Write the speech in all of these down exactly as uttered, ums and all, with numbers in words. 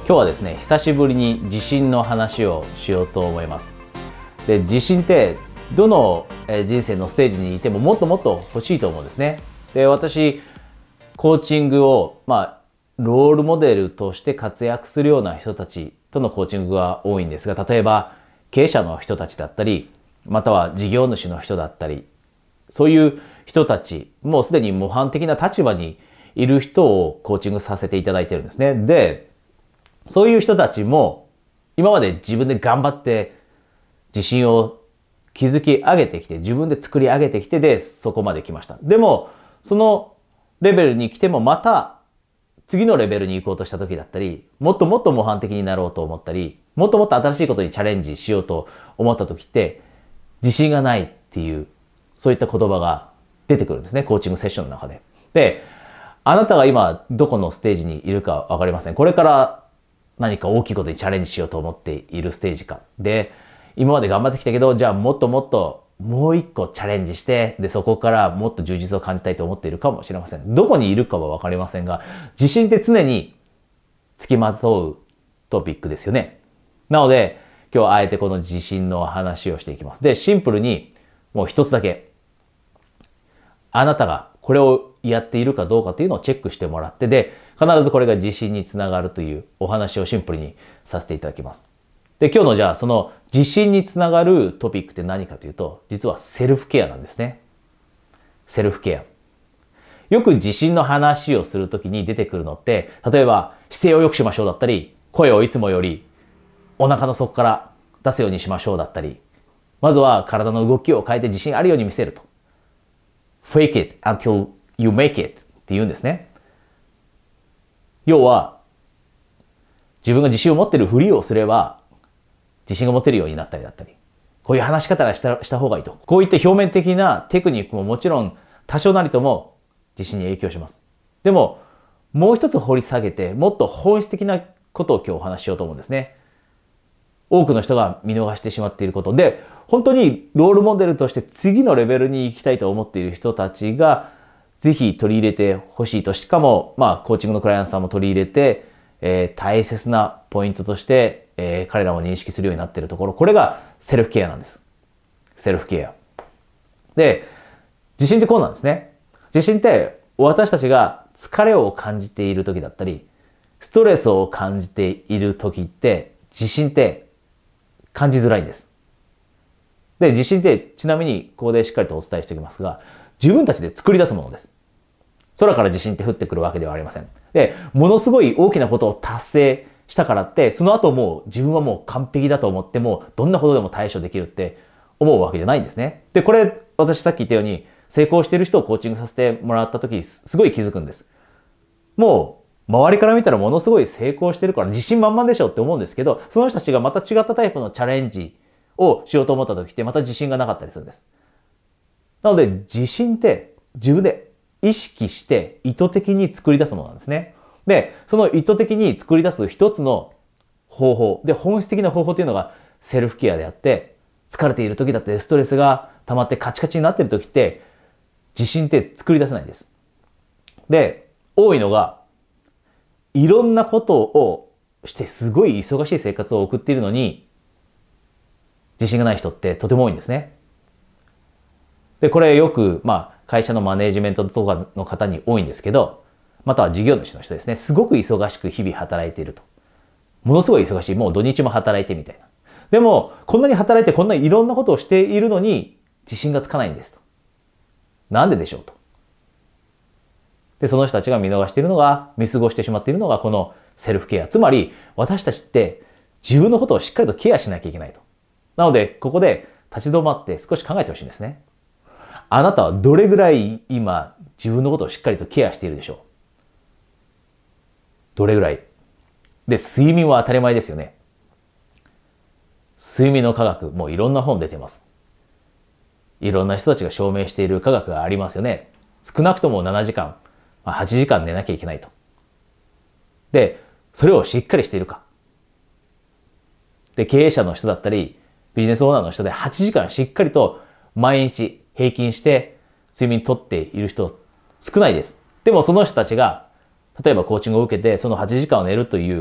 今日はですね、久しぶりに自信の話をしようと思います。で、自信ってどの人生のステージにいてももっともっと欲しいと思うんですね。で、私、コーチングを、まあ、ロールモデルとして活躍するような人たちとのコーチングが多いんですが、例えば経営者の人たちだったり、または事業主の人だったり、そういう人たち、もうすでに模範的な立場にいる人をコーチングさせていただいてるんですね。で、そういう人たちも今まで自分で頑張って自信を築き上げてきて、自分で作り上げてきて、で、そこまで来ました。でも、そのレベルに来てもまた次のレベルに行こうとした時だったり、もっともっと模範的になろうと思ったり、もっともっと新しいことにチャレンジしようと思った時って、自信がないっていう、そういった言葉が出てくるんですね、コーチングセッションの中で。で、あなたが今どこのステージにいるかわかりません。これから何か大きいことにチャレンジしようと思っているステージか。で、今まで頑張ってきたけど、じゃあもっともっともう一個チャレンジして、で、そこからもっと充実を感じたいと思っているかもしれません。どこにいるかはわかりませんが、自信って常に付きまとうトピックですよね。なので、今日はあえてこの自信の話をしていきます。で、シンプルにもう一つだけ、あなたがこれをやっているかどうかというのをチェックしてもらって、で、必ずこれが自信につながるというお話をシンプルにさせていただきます。で、今日のじゃあその自信につながるトピックって何かというと、実はセルフケアなんですね。セルフケア。よく自信の話をするときに出てくるのって、例えば姿勢を良くしましょうだったり、声をいつもよりお腹の底から出すようにしましょうだったり、まずは体の動きを変えて自信あるように見せると。fake it until you make it って言うんですね。要は、自分が自信を持っているふりをすれば、自信が持てるようになったりだったり、こういう話し方がした、した方がいいと。こういった表面的なテクニックももちろん多少なりとも自信に影響します。でも、もう一つ掘り下げて、もっと本質的なことを今日お話ししようと思うんですね。多くの人が見逃してしまっていることで、本当にロールモデルとして次のレベルに行きたいと思っている人たちが、ぜひ取り入れてほしいと、しかも、まあ、コーチングのクライアントさんも取り入れて、えー、大切なポイントとして、えー、彼らも認識するようになっているところ、これがセルフケアなんです。セルフケア。で、自信ってこうなんですね。自信って私たちが疲れを感じている時だったり、ストレスを感じている時って、自信って感じづらいんです。で、自信ってちなみにここでしっかりとお伝えしておきますが、自分たちで作り出すものです。空から自信って降ってくるわけではありません。で、ものすごい大きなことを達成したからって、その後もう自分はもう完璧だと思っても、どんなことでも対処できるって思うわけじゃないんですね。で、これ、私さっき言ったように、成功している人をコーチングさせてもらった時、すごい気づくんです。もう、周りから見たらものすごい成功してるから自信満々でしょって思うんですけど、その人たちがまた違ったタイプのチャレンジをしようと思った時って、また自信がなかったりするんです。なので、自信って自分で意識して意図的に作り出すものなんですね。で、その意図的に作り出す一つの方法で、本質的な方法というのがセルフケアであって、疲れている時だってストレスが溜まってカチカチになっている時って、自信って作り出せないんです。で、多いのが、いろんなことをしてすごい忙しい生活を送っているのに、自信がない人ってとても多いんですね。で、これよく、まあ、会社のマネージメントとかの方に多いんですけど、または事業主の人ですね。すごく忙しく日々働いていると。ものすごい忙しい。もう土日も働いてみたいな。でも、こんなに働いてこんなにいろんなことをしているのに、自信がつかないんですと。なんででしょうと。で、その人たちが見逃しているのが、見過ごしてしまっているのが、このセルフケア。つまり、私たちって自分のことをしっかりとケアしなきゃいけないと。なので、ここで立ち止まって少し考えてほしいんですね。あなたはどれぐらい今自分のことをしっかりとケアしているでしょう？どれぐらい？で、睡眠は当たり前ですよね。睡眠の科学、もういろんな本出てます。いろんな人たちが証明している科学がありますよね。少なくともななじかん、はちじかん寝なきゃいけないと。で、それをしっかりしているか。で、経営者の人だったり、ビジネスオーナーの人ではちじかんしっかりと毎日平均して睡眠とっている人少ないです。でもその人たちが、例えばコーチングを受けてそのはちじかんを寝るという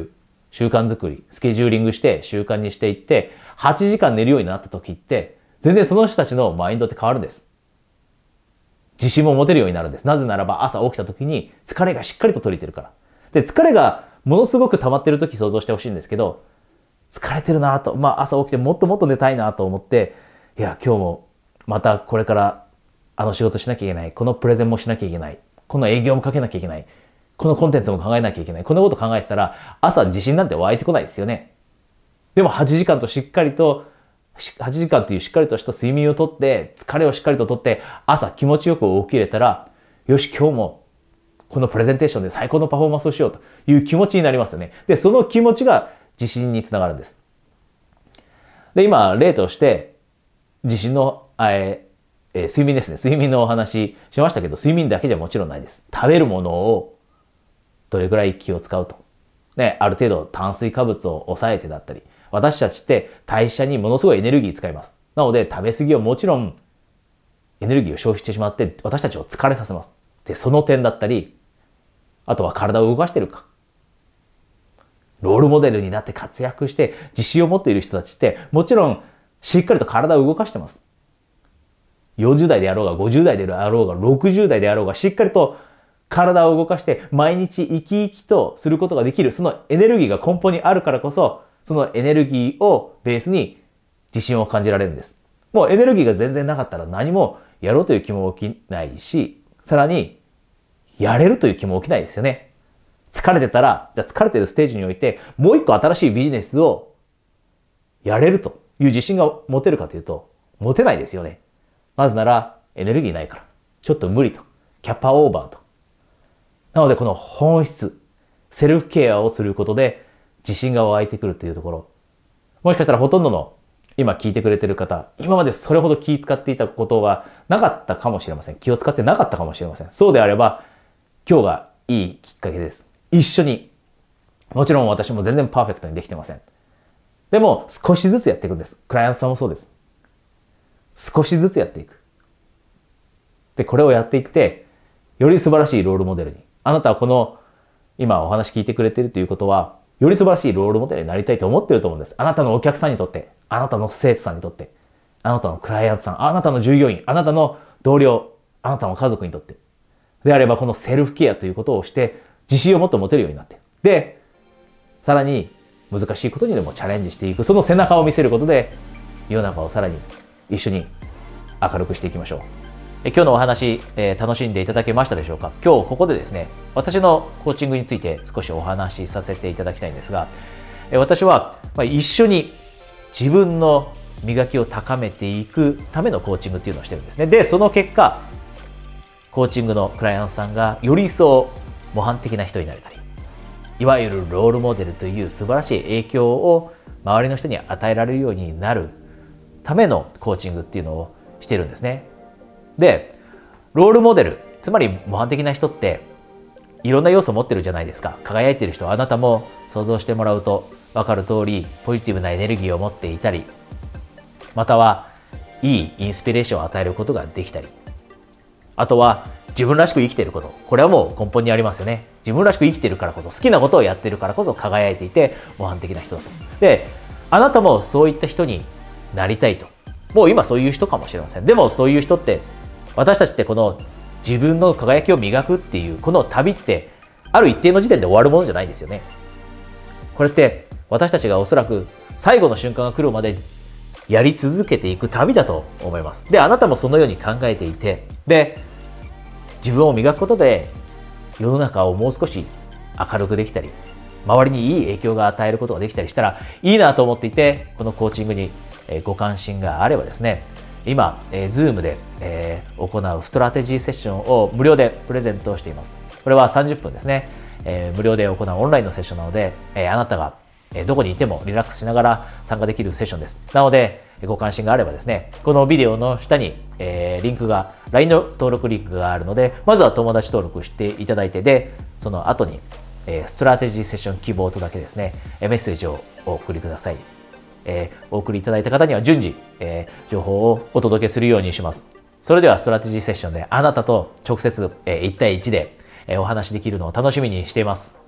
習慣作り、スケジューリングして習慣にしていって、はちじかん寝るようになった時って、全然その人たちのマインドって変わるんです。自信も持てるようになるんです。なぜならば朝起きた時に疲れがしっかりと取れてるから。で、疲れがものすごく溜まってる時想像してほしいんですけど、疲れてるなと、まあ朝起きてもっともっと寝たいなと思って、いや、今日もまたこれからあの仕事しなきゃいけない。このプレゼンもしなきゃいけない。この営業もかけなきゃいけない。このコンテンツも考えなきゃいけない。こんなこと考えてたら朝自信なんて湧いてこないですよね。でもはちじかんとしっかりと、はちじかんというしっかりとした睡眠をとって、疲れをしっかりととって、朝気持ちよく起きれたら、よし、今日もこのプレゼンテーションで最高のパフォーマンスをしようという気持ちになりますよね。で、その気持ちが自信につながるんです。で、今、例として、自信の、えー、睡眠ですね。睡眠のお話しましたけど、睡眠だけじゃもちろんないです。食べるものをどれぐらい気を使うと。ね、ある程度炭水化物を抑えてだったり、私たちって代謝にものすごいエネルギー使います。なので食べ過ぎはもちろんエネルギーを消費してしまって私たちを疲れさせます。で、その点だったり、あとは体を動かしてるか。ロールモデルになって活躍して自信を持っている人たちってもちろんしっかりと体を動かしてます。よんじゅう代であろうがごじゅう代であろうがろくじゅう代であろうがしっかりと体を動かして毎日生き生きとすることができる、そのエネルギーが根本にあるからこそ、そのエネルギーをベースに自信を感じられるんです。もうエネルギーが全然なかったら何もやろうという気も起きないし、さらにやれるという気も起きないですよね。疲れてたら、じゃあ疲れてるステージにおいてもう一個新しいビジネスをやれるという自信が持てるかというと、持てないですよね。なぜならエネルギーないから。ちょっと無理と。キャパオーバーと。なのでこの本質、セルフケアをすることで自信が湧いてくるというところ。もしかしたらほとんどの今聞いてくれてる方、今までそれほど気を使っていたことがなかったかもしれません。気を使ってなかったかもしれません。そうであれば今日がいいきっかけです。一緒に。もちろん私も全然パーフェクトにできてません。でも少しずつやっていくんです。クライアントさんもそうです。少しずつやっていく。で、これをやっていって、より素晴らしいロールモデルに。あなたはこの今お話聞いてくれているということは、より素晴らしいロールモデルになりたいと思っていると思うんです。あなたのお客さんにとって、あなたの生徒さんにとって、あなたのクライアントさん、あなたの従業員、あなたの同僚、あなたの家族にとって。であればこのセルフケアということをして、自信をもっと持てるようになって。で、さらに難しいことにでもチャレンジしていく。その背中を見せることで、世の中をさらに一緒に明るくしていきましょう。え今日のお話、えー、楽しんでいただけましたでしょうか。今日ここでですね、私のコーチングについて少しお話しさせていただきたいんですが、え私は、まあ、一緒に自分の磨きを高めていくためのコーチングっていうのをしてるんですね。で、その結果、コーチングのクライアントさんがより一層模範的な人になれたり、いわゆるロールモデルという素晴らしい影響を周りの人に与えられるようになるためのコーチングっていうのをしてるんですね。で、ロールモデル、つまり模範的な人っていろんな要素を持ってるじゃないですか。輝いてる人はあなたも想像してもらうと分かる通り、ポジティブなエネルギーを持っていたり、またはいいインスピレーションを与えることができたり、あとは自分らしく生きていること。これはもう根本にありますよね。自分らしく生きているからこそ、好きなことをやっているからこそ輝いていて模範的な人だと。で、あなたもそういった人になりたいと。もう今そういう人かもしれません。でもそういう人って、私たちってこの自分の輝きを磨くっていうこの旅ってある一定の時点で終わるものじゃないですよね。これって私たちがおそらく最後の瞬間が来るまでやり続けていく旅だと思います。で、あなたもそのように考えていて、で、自分を磨くことで世の中をもう少し明るくできたり、周りにいい影響が与えることができたりしたらいいなと思っていて、このコーチングにご関心があればですね、今、えー、Zoom で、えー、行うストラテジーセッションを無料でプレゼントしています。これはさんじゅっぷんですね。えー、無料で行うオンラインのセッションなので、えー、あなたが、えー、どこにいてもリラックスしながら参加できるセッションです。なので、ご関心があればですね、このビデオの下に、えー、リンクが、ライン の登録リンクがあるので、まずは友達登録していただいて、で、その後に、えー、ストラテジーセッション希望とだけですね、メッセージをお送りください。えー、お送りいただいた方には順次、えー、情報をお届けするようにします。それではストラテジーセッションであなたと直接、えー、いち対いちで、えー、お話しできるのを楽しみにしています。